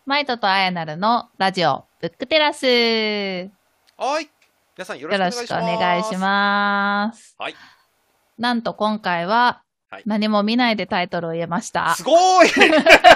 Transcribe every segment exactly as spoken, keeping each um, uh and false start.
マイトとアヤナルのラジオブックテラス。よはい。皆さんよろしくおろしくお願いし願いします。 ます。 はい。 なんと今回ははい。 何も見ないでタイトルを言えました。 すごーい。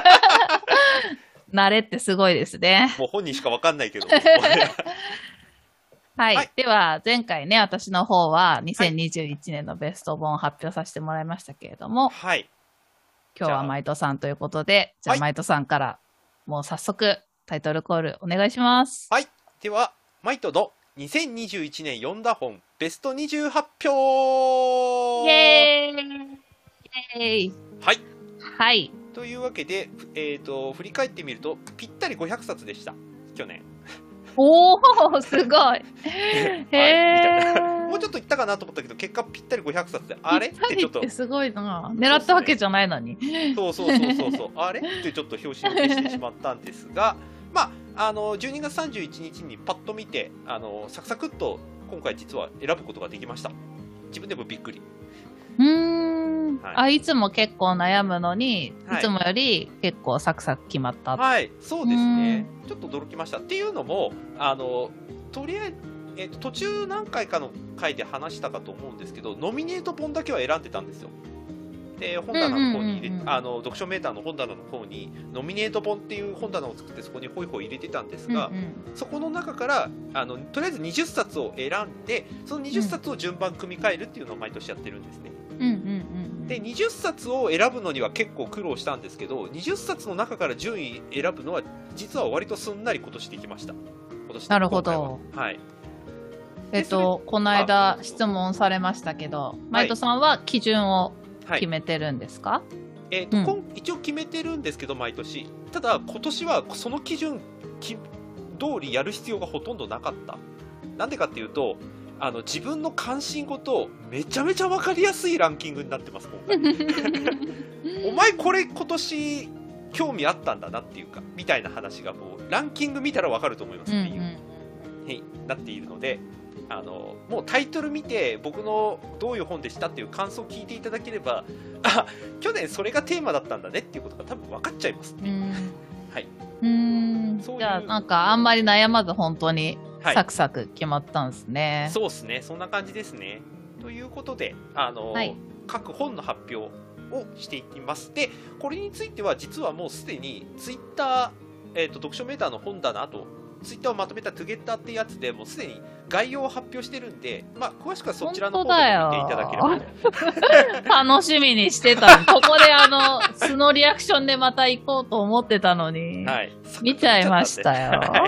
慣れってすごいですね。 もう本人しかわかんないけども。 ははい。 い。では、前回ね、私の方ははい。 にせんにじゅういちねんのベスト本を発表させてもらいましたけれども、 はい。 今日はじゃあ、 マイトさんということで、じゃはい。 あマイトさんからもう早速タイトルコールお願いします。 はい。では、マイトのにせんにじゅういちねん読んだ本ベストにじゅう発イ表。 エーイイエーイ。 はい。 はい。 というわけで、えっ、と、振り返ってみると、ぴったりごひゃくさつでした。去年。 おー、すごい。 で、 へあれみたいな。もうちょっー。 といったかなと思ったけど、結果ぴったりごひゃくさつで、 ぴっあれったりっててちょっと、 すごいな。狙そうっすね。 ったわけじゃないのに。 そうそうそうそうそう、あれってちょっと拍子を消してしまったんですが、まあ、あのじゅうにがつさんじゅういちにちにパッと見て、あのサクサクっと今回実は選ぶことができました。自分でもびっくり。 うーん。 はい。 あ、いつも結構悩むのに、いはい。 つもより結構サクサク決まった。うはい、そうーですね。 ん。 ちょっと驚きました。っていうのも、あのとりあえず、えっと、途中何回かの回で話したかと思うんですけど、ノミネート本だけは選んでたんですよ。で本うんうん棚の方に入れうんあの読書メーターの本棚の方にノミネート本っていう本棚を作ってそこにホイホイ入れてたんですうん。うんが、そこの中からあのとりあえずにじゅっさつを選んで、その20 うん。 冊を順番組み替えるっていうのを毎年やってるんですね。 うんうんうんでにじゅっさつを選ぶのには結構苦労したんですけど、にじゅっさつの中から順位選ぶのは実は割とすんなり今年できました。今年となるほいうか今回は。 ど。 はいでそれえっと、このあ間質問されましたけど、マはいイトさんは基準を決はいめてるんですか？ えーと、 うん。 今一応決めてるんですけど、毎年。ただ、今年はその基準き通りやる必要がほとんどなかった。なんでかっていうと、あの自分の関心事、めちゃめちゃ分かりやすいランキングになってます、今回。お前、これ今年興味あったんだなっていうか、みたいな話がもう、ランキング見たら分かると思いまうんうすっていう、 んになっているので、あのもうタイトル見て僕のどういう本でしたっていう感想を聞いていただければ、あ、去年それがテーマだったんだねっていうことが多分分かっちゃいますっうん。 ていう、 うはい、 ーん。じゃあ、 そういう、 なんかあんまり悩まず本当にはい、 サクサク決まったんですね。 そうですね、そんな感じですね。ということで、あのはい。 各本の発表をしていきます。で、これについては実はもうすでにツイッター、えー、と読書メーターの本棚、あとツイッターをまとめたトゥゲッターってやつでもうすでに概要を発表してるんで、まあ、詳しくはそちらの本当だ方でも見ていただければよ。 と。 楽しみにしてたの。ここであの、素のリアクションでまた行こうと思ってたのに、 はい。サクッと見ちゃい見ちゃったんで。 ましたよ。 はい。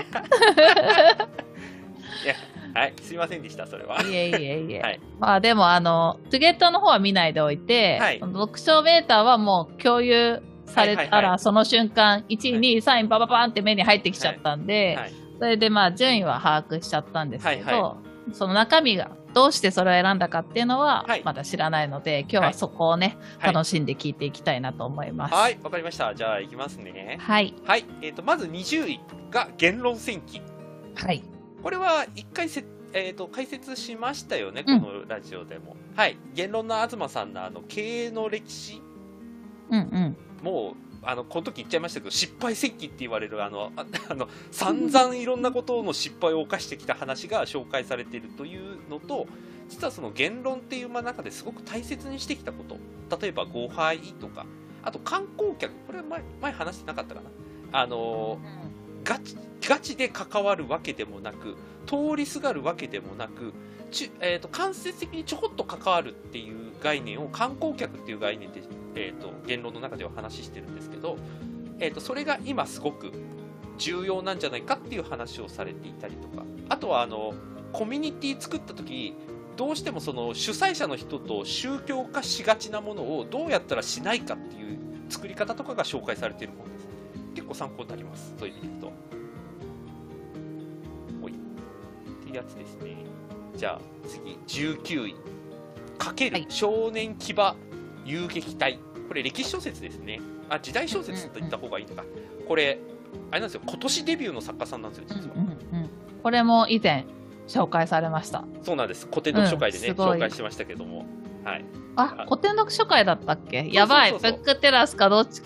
いや、はい。すいませんでした、それは。 いえいえいえ。 はい。 まあでもあの、トゥゲッターの方は見ないでおいて、 はい。 読書メーターはもう共有さはいれはいはい。 たら、その瞬間、いちい、 はい。 にい、さんい、パパパンって目に入ってきちはい。 ゃったんで、 はい。 それでまあ順位は把握しちゃったんですはいはい。 けど、その中身がどうしてそれを選んだかっていうのははい。 まだ知らないので、今日はい。 はそこをね、 はい。 楽しんで聞いていきたいなと思います。 はい。わかりました。じゃあ、いきますね。 はい。 はい。えっ、と、まずにじゅういが言論戦記。 はい。 これは一回せ、えー、と解説しましたよね、 うん。 このラジオでも。はい。言論の東さんのあの経営の歴史、 うんうん。 もう、あのこの時言っちゃいましたけど、失敗石器って言われるあのああの散々いろんなことの失敗を犯してきた話が紹介されているというのと、実はその言論っていう中ですごく大切にしてきたこと、例えば誤配とか、あと観光客、これは前前話してなかったかな、あのガチガチで関わるわけでもなく、通りすがるわけでもなく、ち、えー、と間接的にちょこっと関わるっていう概念を観光客っていう概念で、えー、と言論の中では話してるんですけど、えー、とそれが今すごく重要なんじゃないかっていう話をされていたりとか、あとはあのコミュニティ作った時、どうしてもその主催者の人と宗教化しがちなものをどうやったらしないかっていう作り方とかが紹介されている本です。結構参考になります、そういう意味で言うと。おいっていうやつですね。じゃあ次じゅうきゅうい、かけるはい。 少年騎馬遊撃隊。これ歴史小説ですね。あ、時代うん小説とうんうん。 言った方がいいのか。これあれなんですよ、今年デビューの作家さんなんですよ、 うん実は。 うんうん。これも以前紹介されました。 そうなんです。古典うん、 読書会でねすごい。 紹介してましたけども、はい。 あ、 あ、 古典読書会だったっけ？ そうやばい。 そうそうそう。 ブックテラスかどっちか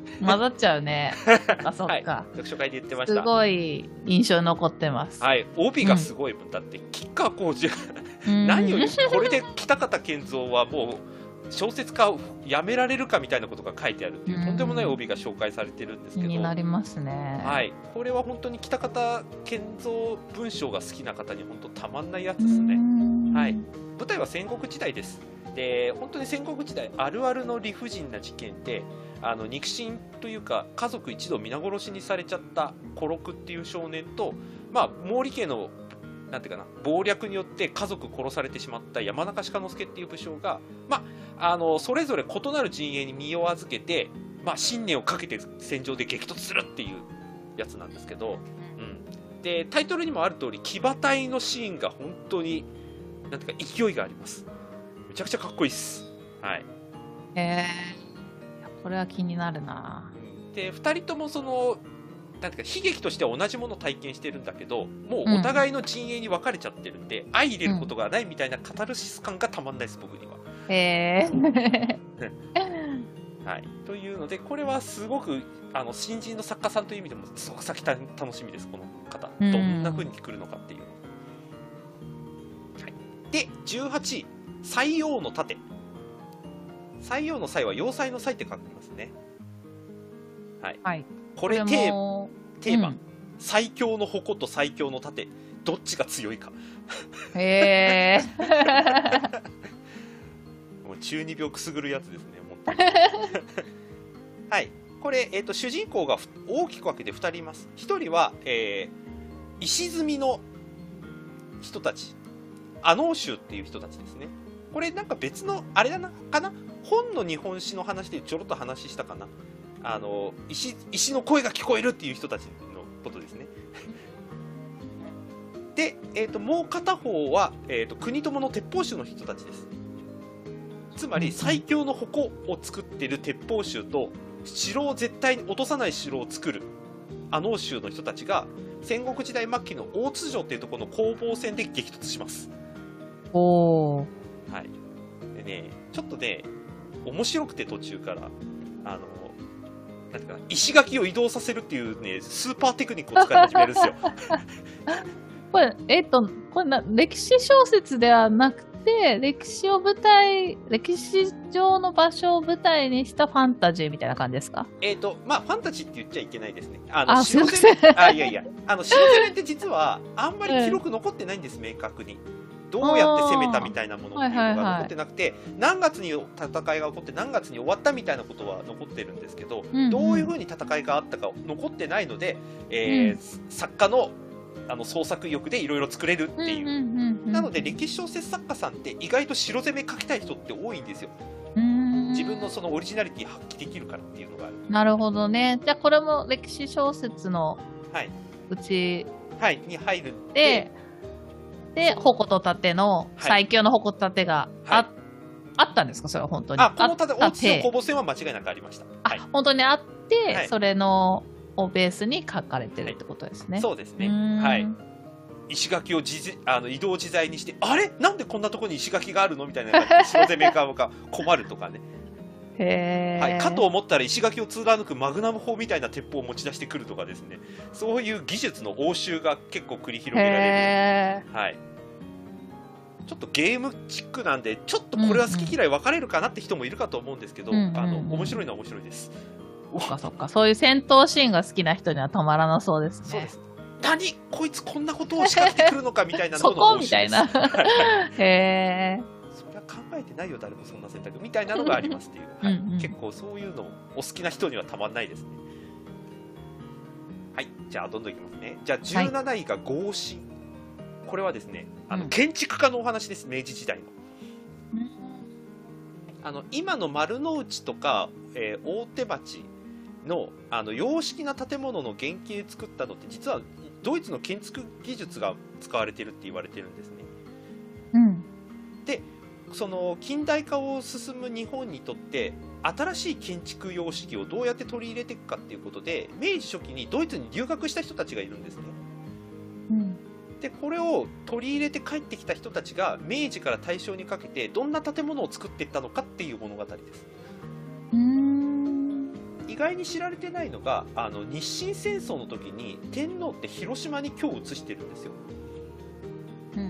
混ざっちゃうね。あ、そっか。 はい、読書会で言ってました。 すごい印象に残ってます。 はい、帯がすごいもんだって、吉川晃司何よりこれで北方健三はもう小説家をやめられるかみたいなことが書いてあるっていう、とんでもない帯が紹介されてるんですけど、 気になりますね。 はい、これは本当に北方健三文章が好きな方に本当たまんないやつですね。はい、舞台は戦国時代です。で、本当に戦国時代あるあるの理不尽な事件で、あの肉親というか家族一同皆殺しにされちゃった小六っていう少年と、まあ、毛利家のなんていうかな、謀略によって家族殺されてしまった山中鹿之助っていう武将が、まあ、あのそれぞれ異なる陣営に身を預けて、まあ、信念をかけて戦場で激突するっていうやつなんですけど、うん、でタイトルにもある通り騎馬隊のシーンが本当になんていうか勢いがあります。めちゃくちゃかっこいいです。はい、 えー、これは気になるな。 でふたりともそのなんていうか悲劇としては同じものを体験してるんだけど、もうお互いの陣営に分かれちゃってるんで、うん、相入れることがないみたいなカタルシス感がたまんないです、僕には。 へえーはい、というのでこれはすごくあの新人の作家さんという意味でもすごく先楽しみです。この方どんな風に来るのかっていう、はい、でじゅうはちい採用の盾。採用の際は要塞の際って書きますね。はい、はい、これテーテーマ、うん、最強の矛と最強の盾どっちが強いか。 へえもう中二病くすぐるやつですね、本当に。はい、これ、えーと、主人公が大きく分けてふたりいます。ひとりは、えー、石積みの人たち、阿能衆っていう人たちですね。これなんか別のあれだなかな、本の日本史の話でちょろっと話したかな。あの 石, 石の声が聞こえるっていう人たちのことですね。で、えーと、もう片方は、えーと、国友の鉄砲衆の人たちです。つまり最強の矛を作っている鉄砲衆と城を絶対に落とさない城を作る阿能衆の人たちが戦国時代末期の大津城っていうところの攻防戦で激突します。 おー、 はい、でね、ちょっとね面白くて途中からあのなんていうかな、石垣を移動させるっていうねスーパーテクニックを使い始めるんですよ。 これえっとこれな歴史小説ではなくて歴史を舞台歴史上の場所を舞台にしたファンタジーみたいな感じですか？ えっとまあファンタジーって言っちゃいけないですね。あのあ城攻めあいやいやあの城攻めって実はあんまり記録残ってないんです、うん、明確に。どうやって攻めたみたいなものっていうのが残ってなくて、はいはいはい、何月に戦いが起こって何月に終わったみたいなことは残ってるんですけど、うんうん、どういうふうに戦いがあったか残ってないので、えーうん、作家のあの創作意欲でいろいろ作れるっていう、うんうんうんうん、なので歴史小説作家さんって意外と城攻め書きたい人って多いんですよ。うん自分のそのオリジナリティ発揮できるからっていうのがある。 なるほどね。じゃあこれも歴史小説のうち、 はいはい、に入るんでで矛と盾の最強の矛と盾が あ,、はい、あったんですか？それは本当に。 あ、この盾大津の攻防戦は間違いなくありました。 あ、はい、本当にあって、はい、それのをベースに書かれてるってことですね。 はい、そうですね。はい。石垣をじあの移動自在にして、あれなんでこんなところに石垣があるのみたいな感じで城攻め側が困るとかね。 へー、 はい、かと思ったら石垣を貫くマグナム砲みたいな鉄砲を持ち出してくるとかですね、そういう技術の応酬が結構繰り広げられる。はい、ちょっとゲームチックなんでちょっとこれは好き嫌い分かれるかなって人もいるかと思うんですけど、うんうん、あの面白いのは面白いです。 そっかそっか、そういう戦闘シーンが好きな人にはたまらなそうですね。 そうです。何こいつこんなことを仕掛けてくるのかみたいなのそこみたいな。へー、 そりゃ考えてないよ誰もそんな選択みたいなのがありますっていう、はい、うんうん、結構そういうのお好きな人にはたまんないですね。はい、じゃあどんどんいきますね。じゃあじゅうなないが合心、はい、これはですねあの、うん、建築家のお話です。明治時代の、うん、あの今の丸の内とか、えー、大手町のあの洋式な建物の原型作ったのって実はドイツの建築技術が使われてるって言われてるんですね。 うん、 でその近代化を進む日本にとって新しい建築様式をどうやって取り入れていくかっていうことで明治初期にドイツに留学した人たちがいるんですね。 うん、 でこれを取り入れて帰ってきた人たちが明治から大正にかけてどんな建物を作っていったのかっていう物語です。 うーん、 意外に知られてないのが、あの日清戦争の時に天皇って広島に居を移してるんですよ。 うんうん、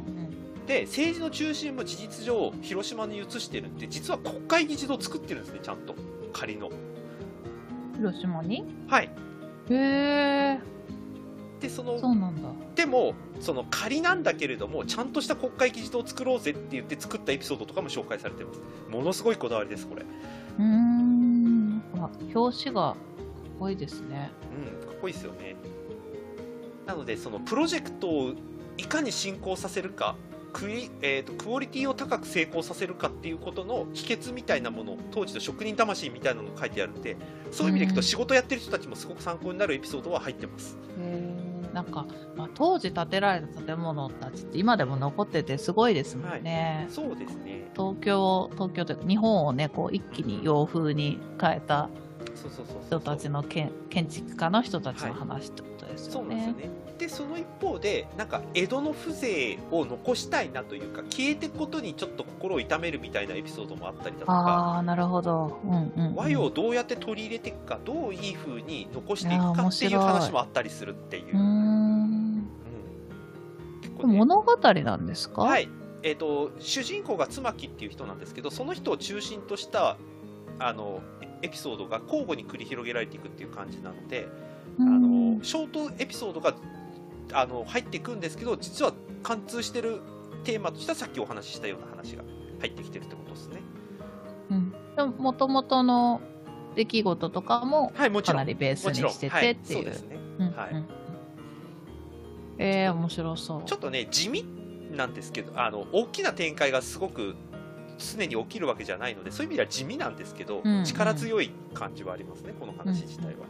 で政治の中心も事実上広島に移してるって、実は国会議事堂作ってるんですね、ちゃんと仮の。 広島に？ はい。 へえ。 でそのそうなんだ。 でもその仮なんだけれどもちゃんとした国会議事堂を作ろうぜって言って作ったエピソードとかも紹介されてます。ものすごいこだわりですこれ。 うーん。あ、表紙がかっこいいですね。 うん、かっこいいですよね。なのでそのプロジェクトをいかに進行させるか、クイ、えーと、クオリティを高く成功させるかっていうことの秘訣みたいなもの、当時の職人魂みたいなのが書いてあるんで、そういう意味でいくと仕事やってる人たちもすごく参考になるエピソードは入ってます。 へー、なんか、まあ、当時建てられた建物たちって今でも残っててすごいですもんね。 はい、そうですね。 東京東京というか日本をねこう一気に洋風に変えた人たちの建築家の人たちの話ってことですよね。 はい、そうなんですよね。でその一方でなんか江戸の風情を残したいなというか、消えていくことにちょっと心を痛めるみたいなエピソードもあったりだとか、 ああなるほど、うんうんうん、 和洋をどうやって取り入れていくか、どういい風に残していくかっていう話もあったりするっていう。うーん、うん結構ね、 物語なんですか？ はい、えーと、主人公が妻木っていう人なんですけど、その人を中心としたあのエピソードが交互に繰り広げられていくっていう感じなので、あのショートエピソードがあの入っていくんですけど、実は貫通してるテーマとしてはさっきお話ししたような話が入ってきてるってことですね。 うん、でも元々の出来事とかもかなりベースにしててっていう。 そうですね。はい。 えー、面白そう。 ちょっとね地味なんですけど、あの大きな展開がすごく常に起きるわけじゃないので、そういう意味では地味なんですけど、うんうん、力強い感じはありますね、この話自体は。うんうん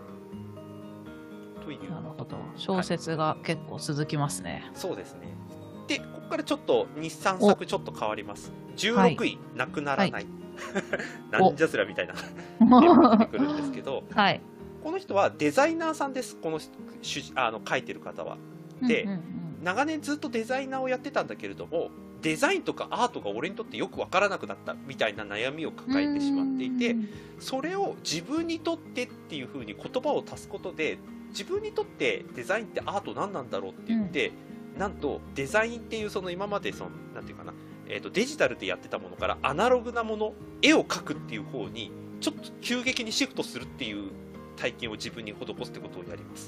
というなるほど、小説が結構続きますね。 はい、そうですね。でここからちょっと日産作ちょっと変わります。じゅうろくい、はい、なくならない、はい、なんじゃそりゃみたいな出てくるんですけど、はい、この人はデザイナーさんです。このあの書いてる方は。で、うんうんうん、長年ずっとデザイナーをやってたんだけれども、デザインとかアートが俺にとってよく分からなくなったみたいな悩みを抱えてしまっていて、それを自分にとってっていう風に言葉を足すことで、自分にとってデザインってアート何なんだろうって言って、うん、なんとデザインっていうその今までそのなんていうかな、えーと、デジタルでやってたものからアナログなもの、絵を描くっていう方にちょっと急激にシフトするっていう体験を自分に施すってことをやります。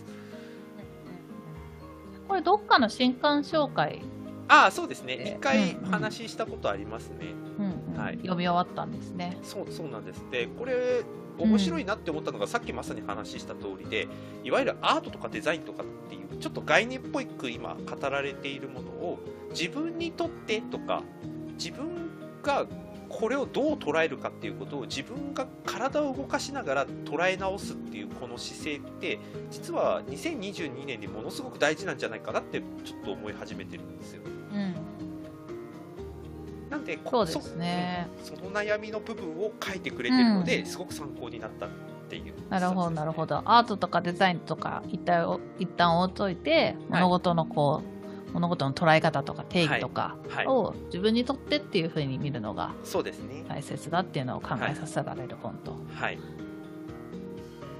これどっかの新刊紹介？ ああそうですね、いっかい話したことありますね。 うんうん、はい、読み終わったんですね。 そうそうなんです。でこれ面白いなって思ったのが、うん、さっきまさに話した通りで、いわゆるアートとかデザインとかっていうちょっと概念っぽく今語られているものを自分にとってとか、自分がこれをどう捉えるかっていうことを自分が体を動かしながら捉え直すっていうこの姿勢って、実はにせんにじゅうにねんにものすごく大事なんじゃないかなってちょっと思い始めてるんですよ。うん、なんでそうですね、 そ, その悩みの部分を書いてくれてるので、うん、すごく参考になったっていう、ね、 なるほどなるほど。アートとかデザインとか一旦一旦置いといて、物事のこう、はい、物事の捉え方とか定義とかを自分にとってっていう風に見るのが大切だっていうのを考えさせられる本と。 はい。 うん、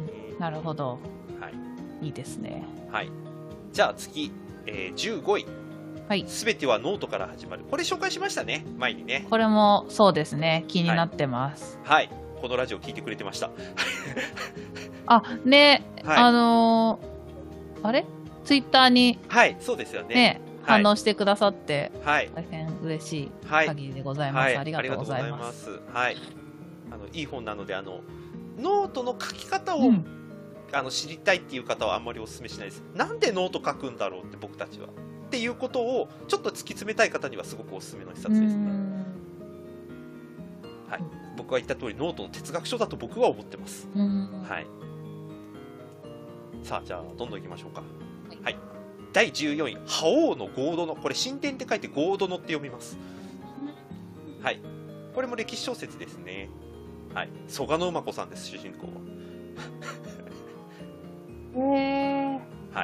なるほど。はい。いいですね。 はい。じゃあ次、えー、じゅうごい。はい。すべてはノートから始まる。これ紹介しましたね、前にね。 これもそうですね、気になってます。 はい。はい、このラジオ聞いてくれてました。 あ、ね、はい、あのー、あれツイッターに、 はい、そうですよね。 ね、はい、反応してくださって、 はい、 大変嬉しい限りでございます。はい、ありがとうございます。 はい、あのいい本なので、あのノートの書き方を、うん、あの知りたいっていう方はあんまりお勧めしないです。なんでノート書くんだろうって僕たちはっていうことをちょっと突き詰めたい方にはすごくお勧めの一冊ですね。はい、僕が言った通りノートの哲学書だと僕は思ってます。はい。さあじゃあどんどんいきましょうか。はい、だいじゅうよんい、覇王のゴードノ。これ神殿って書いてゴードノって読みます。はい、これも歴史小説ですね。はい、蘇我馬子さんです、主人公は。へー。 はい。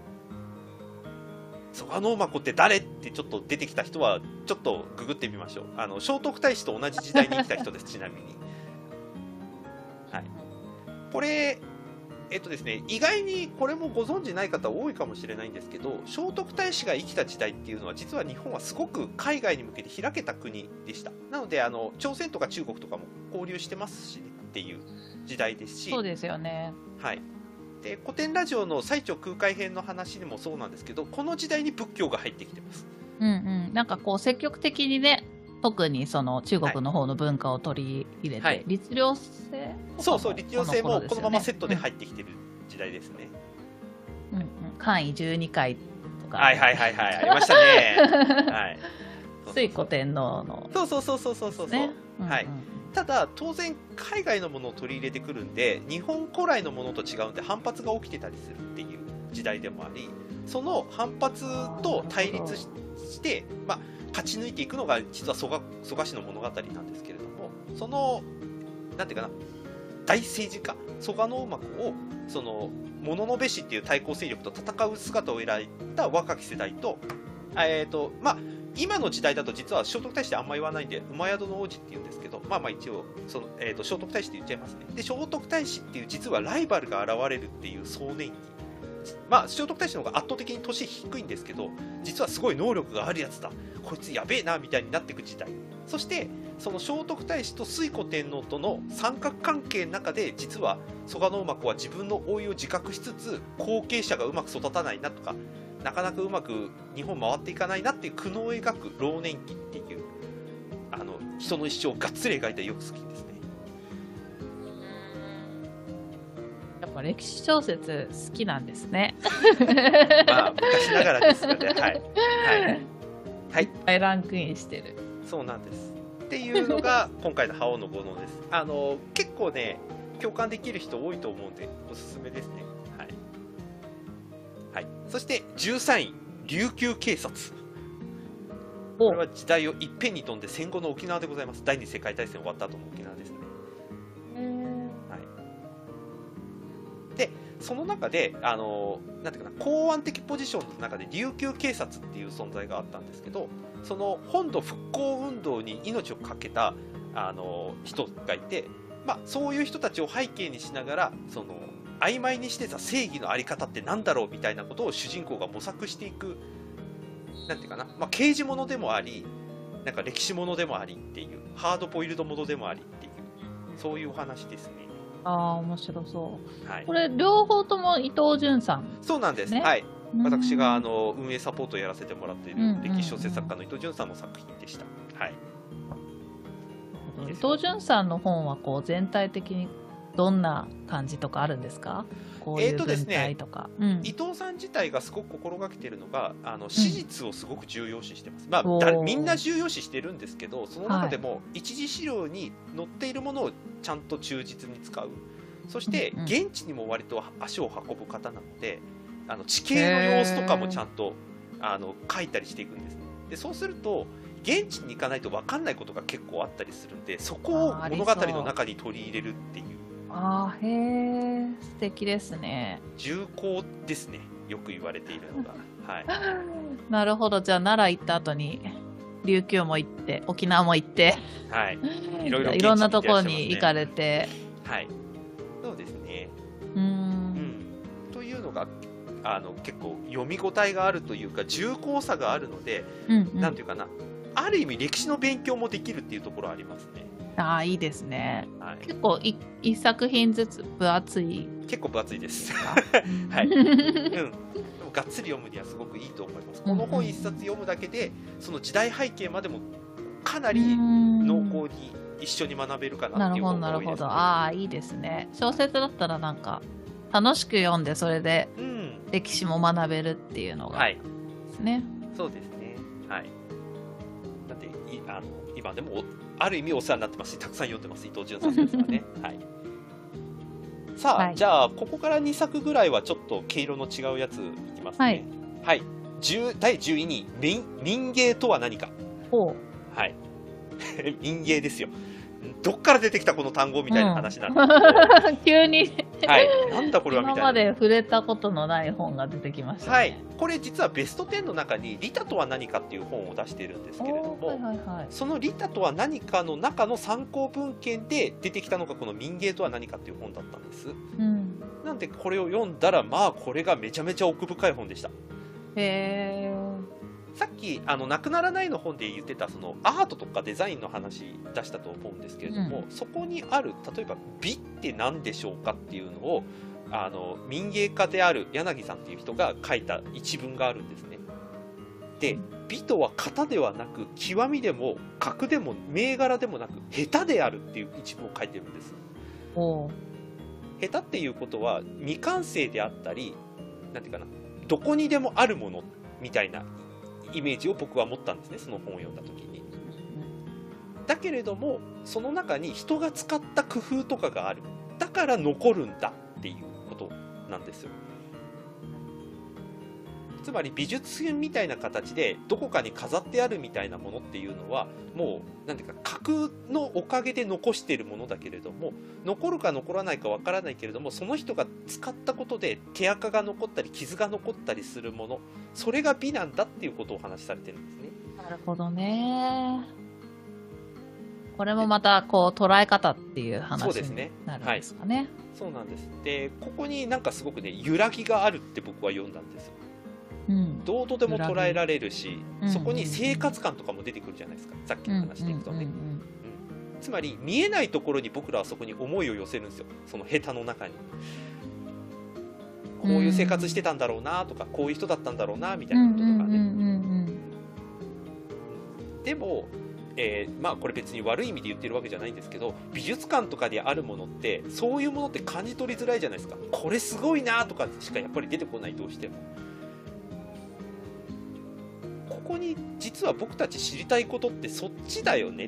蘇我馬子って誰ってちょっと出てきた人はちょっとググってみましょう。あの聖徳太子と同じ時代に生きた人です。ちなみに。はい。 これえっとですね、意外にこれもご存知ない方多いかもしれないんですけど、聖徳太子が生きた時代っていうのは実は日本はすごく海外に向けて開けた国でした。なのであの朝鮮とか中国とかも交流してますし、ね、っていう時代ですし。 そうですよね。 はい。で古典ラジオの最澄空海編の話でもそうなんですけど、この時代に仏教が入ってきてます。 うんうん。なんかこう積極的にね、特にその中国の方の文化を取り入れて、はい、律令制、 そうそう、律令制もこのままセットで入ってきてる時代ですね。 うんうん、漢位じゅうにかいとか、 はいはいはいはい、ありましたね。はい。 推古天皇の、 そうそうそうそうそうそう、ね、うんうん、はい。ただ当然海外のものを取り入れてくるんで、日本古来のものと違うんで反発が起きてたりするっていう時代でもあり、その反発と対立し、してまあ勝ち抜いていくのが実は蘇我、蘇我氏の物語なんですけれども、そのなんていうかな、大政治家蘇我の幕をその物部氏っていう対抗勢力と戦う姿を描いた若き世代と、えーとまあ、今の時代だと実は聖徳太子ってあんま言わないんで馬宿の王子って言うんですけど、まあまあ一応その、えーと聖徳太子って言っちゃいますね。で聖徳太子っていう実はライバルが現れるっていう壮年期、まあ聖徳太子の方が圧倒的に年低いんですけど、実はすごい能力があるやつだ、こいつやべえなみたいになっていく時代。そしてその聖徳太子と推古天皇との三角関係の中で、実は蘇我の幕は自分の老いを自覚しつつ、後継者がうまく育たないなとか、なかなかうまく日本回っていかないなっていう苦悩を描く老年期っていう、あの人の一生をがっつり描いたよく好きですね。 やっぱ歴史小説好きなんですね。 まあ昔ながらですよね。はいはいはい。 いっぱいランクインしてる。 そうなんです。っていうのが今回の覇王の煩悩です。あの結構ね共感できる人多いと思うんでおすすめですね。はい。はい。そしてじゅうさんい琉球警察。これは時代をいっぺんに飛んで戦後の沖縄でございます。第二次世界大戦終わった後の沖縄ですね。はい。でその中であのなんていうかな、公安的ポジションの中で琉球警察っていう存在があったんですけど、その本土復興運動に命を懸けたあの人がいて、まあ、そういう人たちを背景にしながら、その曖昧にしてた正義の在り方ってなんだろうみたいなことを主人公が模索していく、なんていうかな、まあ、刑事ものでもあり、なんか歴史ものでもありっていう、ハードボイルドものでもありっていう、そういうお話ですね。 ああ、面白そう、 はい、 これ両方とも伊藤潤さん、ね、 そうなんです、はい、私があの運営サポートをやらせてもらっている歴史小説作家の伊藤潤さんの作品でした。はい、 伊藤潤さんの本はこう全体的にどんな感じとかあるんですか？こういう文体とか。 えーとですね、うん、伊藤さん自体がすごく心がけているのが、あの史実をすごく重要視してます。うん、まあだみんな重要視してるんですけど、その中でも一次資料に載っているものをちゃんと忠実に使う。そして現地にも割と足を運ぶ方なので、あの地形の様子とかもちゃんとあの書いたりしていくんですね。でそうすると現地に行かないと分かんないことが結構あったりするんで、そこを物語の中に取り入れるっていう。 あー、へー、素敵ですね。 重厚ですね、よく言われているのが。はい、 なるほど。じゃあ奈良行った後に琉球も行って沖縄も行って、 はい、いろいろいろんなところに行かれて、 はい、そうですね。 うーん、うんん、というのがあの結構読み応えがあるというか重厚さがあるので、うんうん、なんていうかな、ある意味歴史の勉強もできるっていうところありますね。 ああ、いいですね。はい、結構い一作品ずつ分厚い。 結構分厚いです。はい。うん。でもがっつり読むにはすごくいいと思います。この本一冊読むだけで、その時代背景までもかなり濃厚に一緒に学べるかなっていう本が多いですね。なるほど、なるほど。 ああ、いいですね。小説だったらなんか楽しく読んで、それで歴史も学べるっていうのがですね。 はい、そうですね。はい。だっていあの今でもある意味お世話になってますし、たくさん読んでます、伊藤潤さんですからね。はい、さあ、はい、じゃあここからにさくぐらいはちょっと毛色の違うやついきますね。はい、はい、だいじゅういにい、民芸とは何か。 おはい、民芸ですよ。どっから出てきたこの単語みたいな話なんですけど、 うん、急にはい、なんだこれはみたいな。 今まで触れたことのない本が出てきましたね。 はい、これ実はベストじゅうの中に「利他とは何か」っていう本を出しているんですけれども、はいはいはい、その「利他とは何か」の中の参考文献で出てきたのがこの「民芸とは何か」っていう本だったんです、うん、なんでこれを読んだらまあこれがめちゃめちゃ奥深い本でした。 へー。 さっきあのなくならないの本で言ってたそのアートとかデザインの話出したと思うんですけれども、うん、そこにある例えば美って何でしょうかっていうのをあの民芸家である柳さんっていう人が書いた一文があるんですね。で、美とは型ではなく極みでも格でも銘柄でもなく下手であるっていう一文を書いてるんです。お下手っていうことは未完成であったりなんていうかな、どこにでもあるものみたいなイメージを僕は持ったんですね、その本を読んだ時に。だけれどもその中に人が使った工夫とかがある、だから残るんだっていうことなんですよ。つまり美術品みたいな形でどこかに飾ってあるみたいなものっていうのはもう何ていうか格のおかげで残しているものだけれども、残るか残らないかわからないけれどもその人が使ったことで手垢が残ったり傷が残ったりするもの、それが美なんだっていうことをお話しされてるんですね。 なるほどね。これもまたこう捉え方っていう話になるんですかね。はい、 そうなんです。でここになんかすごくね揺らぎがあるって僕は読んだんですよ。うん、どうとでも捉えられるし、そこに生活感とかも出てくるじゃないですか、さっきの話でいくとね。つまり見えないところに僕らはそこに思いを寄せるんですよ、その下手の中に。こういう生活してたんだろうなとか、こういう人だったんだろうなみたいなこととかね。でも、えー、まあこれ別に悪い意味で言ってるわけじゃないんですけど、美術館とかであるものってそういうものって感じ取りづらいじゃないですか。これすごいなとかしかやっぱり出てこない、どうしても。ここに実は僕たち知りたいことってそっちだよねって、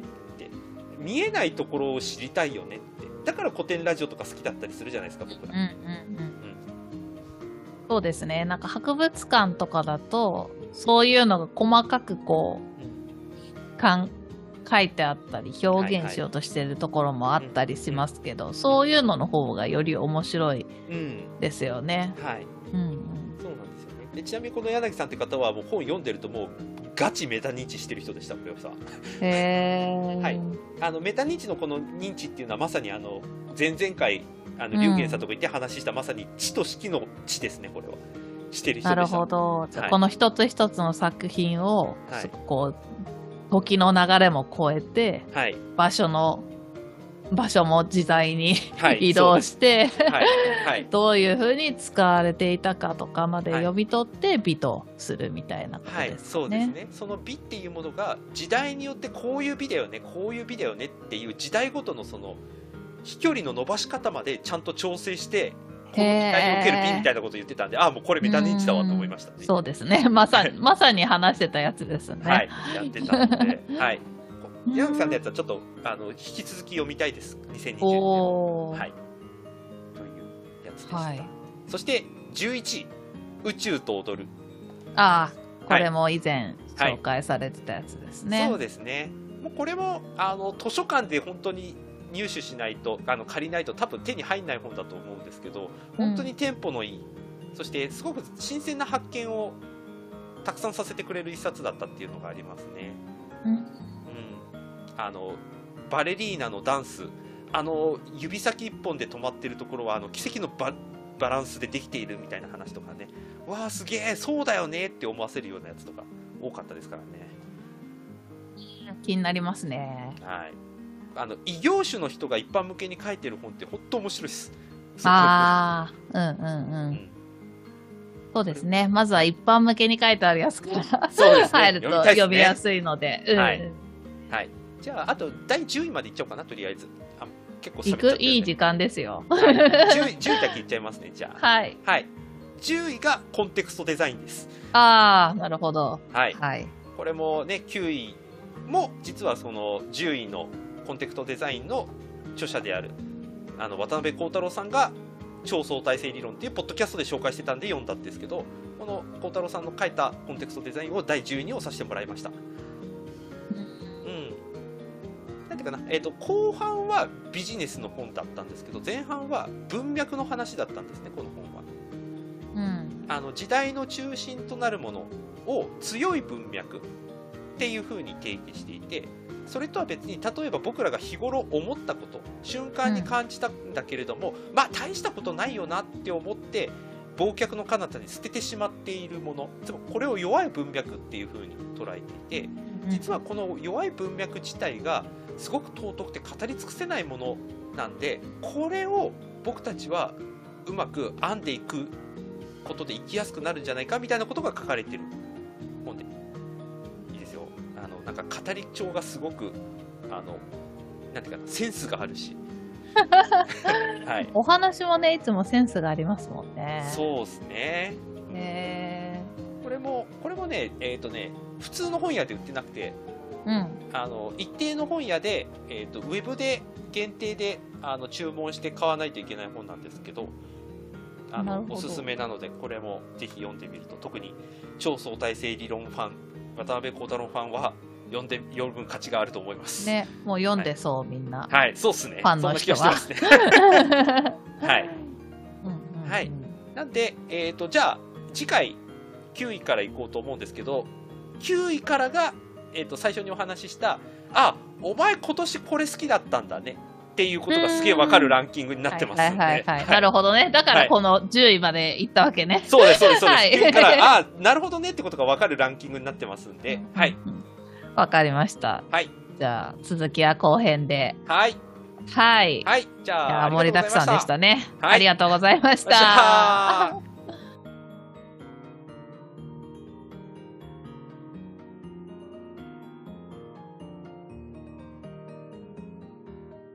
見えないところを知りたいよねって、だから古典ラジオとか好きだったりするじゃないですか、僕ら。うんうんうんうん、 そうですね。なんか博物館とかだとそういうのが細かくこう、うん、かん書いてあったり表現しようとしてるところもあったりしますけど、はいはい、そういうのの方がより面白いですよね。 うん、はい、うんうん、そうなんですよね。でちなみにこの柳さんって方はもう本読んでるともうガチメタ認知してる人でした、これはさ。へー、はい、あのメタ認知のこの認知っていうのはまさにあの前々回あの龍玄さんとか言って話した、うん、まさに知と識の知ですね、これはしてる人でした。 なるほど。じゃあこの一つ一つの作品を、はい、こう時の流れも超えて、はい、場所の場所も自在に、はい、移動して、はいはい、どういう風に使われていたかとかまで読み取って美とするみたいなことですね。はい、 そうですね。その美っていうものが時代によってこういう美だよね、こういう美だよねっていう時代ごとのその飛距離の伸ばし方までちゃんと調整してこの機械における美みたいなことを言ってたんで、ああもうこれメタ認知だわと思いました、ね、 そうですね。まさにまさに話してたやつですね。 はい、やってたので、はい。柳さんのやつはちょっとあの引き続き読みたいです。にせんにじゅうにねんの、はい、というやつでした。はい、そしてじゅういちい宇宙と踊る。 ああ、これも以前紹介されてたやつですね。 はいはい、そうですね。もうこれもあの図書館で本当に入手しないとあの借りないと多分手に入んない本だと思うんですけど、本当にテンポのいい、うん、そしてすごく新鮮な発見をたくさんさせてくれる一冊だったっていうのがありますね。うん、あのバレリーナのダンス、あの指先一本で止まってるところはあの奇跡の バ, バランスでできているみたいな話とかね、わあすげえそうだよねって思わせるようなやつとか多かったですからね。 気になりますね。 はい、あの異業種の人が一般向けに書いてる本って本当面白いです。 ああ、うんうんうん、うん、そうですね。まずは一般向けに書いてあるやつからそうです、ね、入ると読みやすいので、うん、はい、 はい、じゃああとだいじゅういまでいっちゃおうかな、とりあえず。あ結構喋っちゃったよね。いい時間ですよ。 はい、じゅうい、じゅういだけいっちゃいますね。じゃあはい、 はい、じゅういがコンテクストデザインです。 ああ、なるほど。 はい、はい、これもねきゅういも実はそのじゅういのコンテクストデザインの著者であるあの渡辺幸太郎さんが超相対性理論っていうポッドキャストで紹介してたんで読んだんですけど、この幸太郎さんの書いたコンテクストデザインをだいじゅういにをさせてもらいました。うん、なんていうていうかな、えーと、後半はビジネスの本だったんですけど、前半は文脈の話だったんですね、この本は。うん、あの時代の中心となるものを強い文脈っていう風に定義していて、それとは別に例えば僕らが日頃思ったこと、瞬間に感じたんだけれども、うん、まあ大したことないよなって思って忘却の彼方に捨ててしまっているもの、つまりこれを弱い文脈っていう風に捉えていて、実はこの弱い文脈自体がすごく尊くて語り尽くせないものなんで、これを僕たちはうまく編んでいくことで生きやすくなるんじゃないかみたいなことが書かれてる本でいいですよ。あのなんか語り調がすごくあのなんていうかセンスがあるしはい、 お話もねいつもセンスがありますもんね。 そうですね。 へーこれもこれもねえっ、ー、とね普通の本屋で売ってなくて、うん、あの一定の本屋で、えーと、ウェブで限定であの注文して買わないといけない本なんですけど、あのおすすめなのでこれもぜひ読んでみると、特に超相対性理論ファン、渡辺幸太郎ファンは読んで読む価値があると思いますね。 もう読んでそう、はい、みんな。 はい、そうですね。 ファンの人は。 そんな気がしてますね。はい。うんうん、はい。なんで、えっ、ー、と、じゃあ、次回、きゅういからいこうと思うんですけど、きゅういからが、えっ、ー、と、最初にお話しした、あ、お前今年これ好きだったんだね。っていうことがすげえわかるランキングになってますんで。はいはいはいはい、 なるほどね。だからこのじゅういまでいったわけね。 そうです、そうです、そうです。はい、きゅういから、あ、なるほどねってことがわかるランキングになってますんで、はい。 わかりました。 はい。 じゃあ、続きは後編で。 はい。 はい。 はい。じゃあ、 盛りだくさんでしたね。 はい、 ありがとうございました。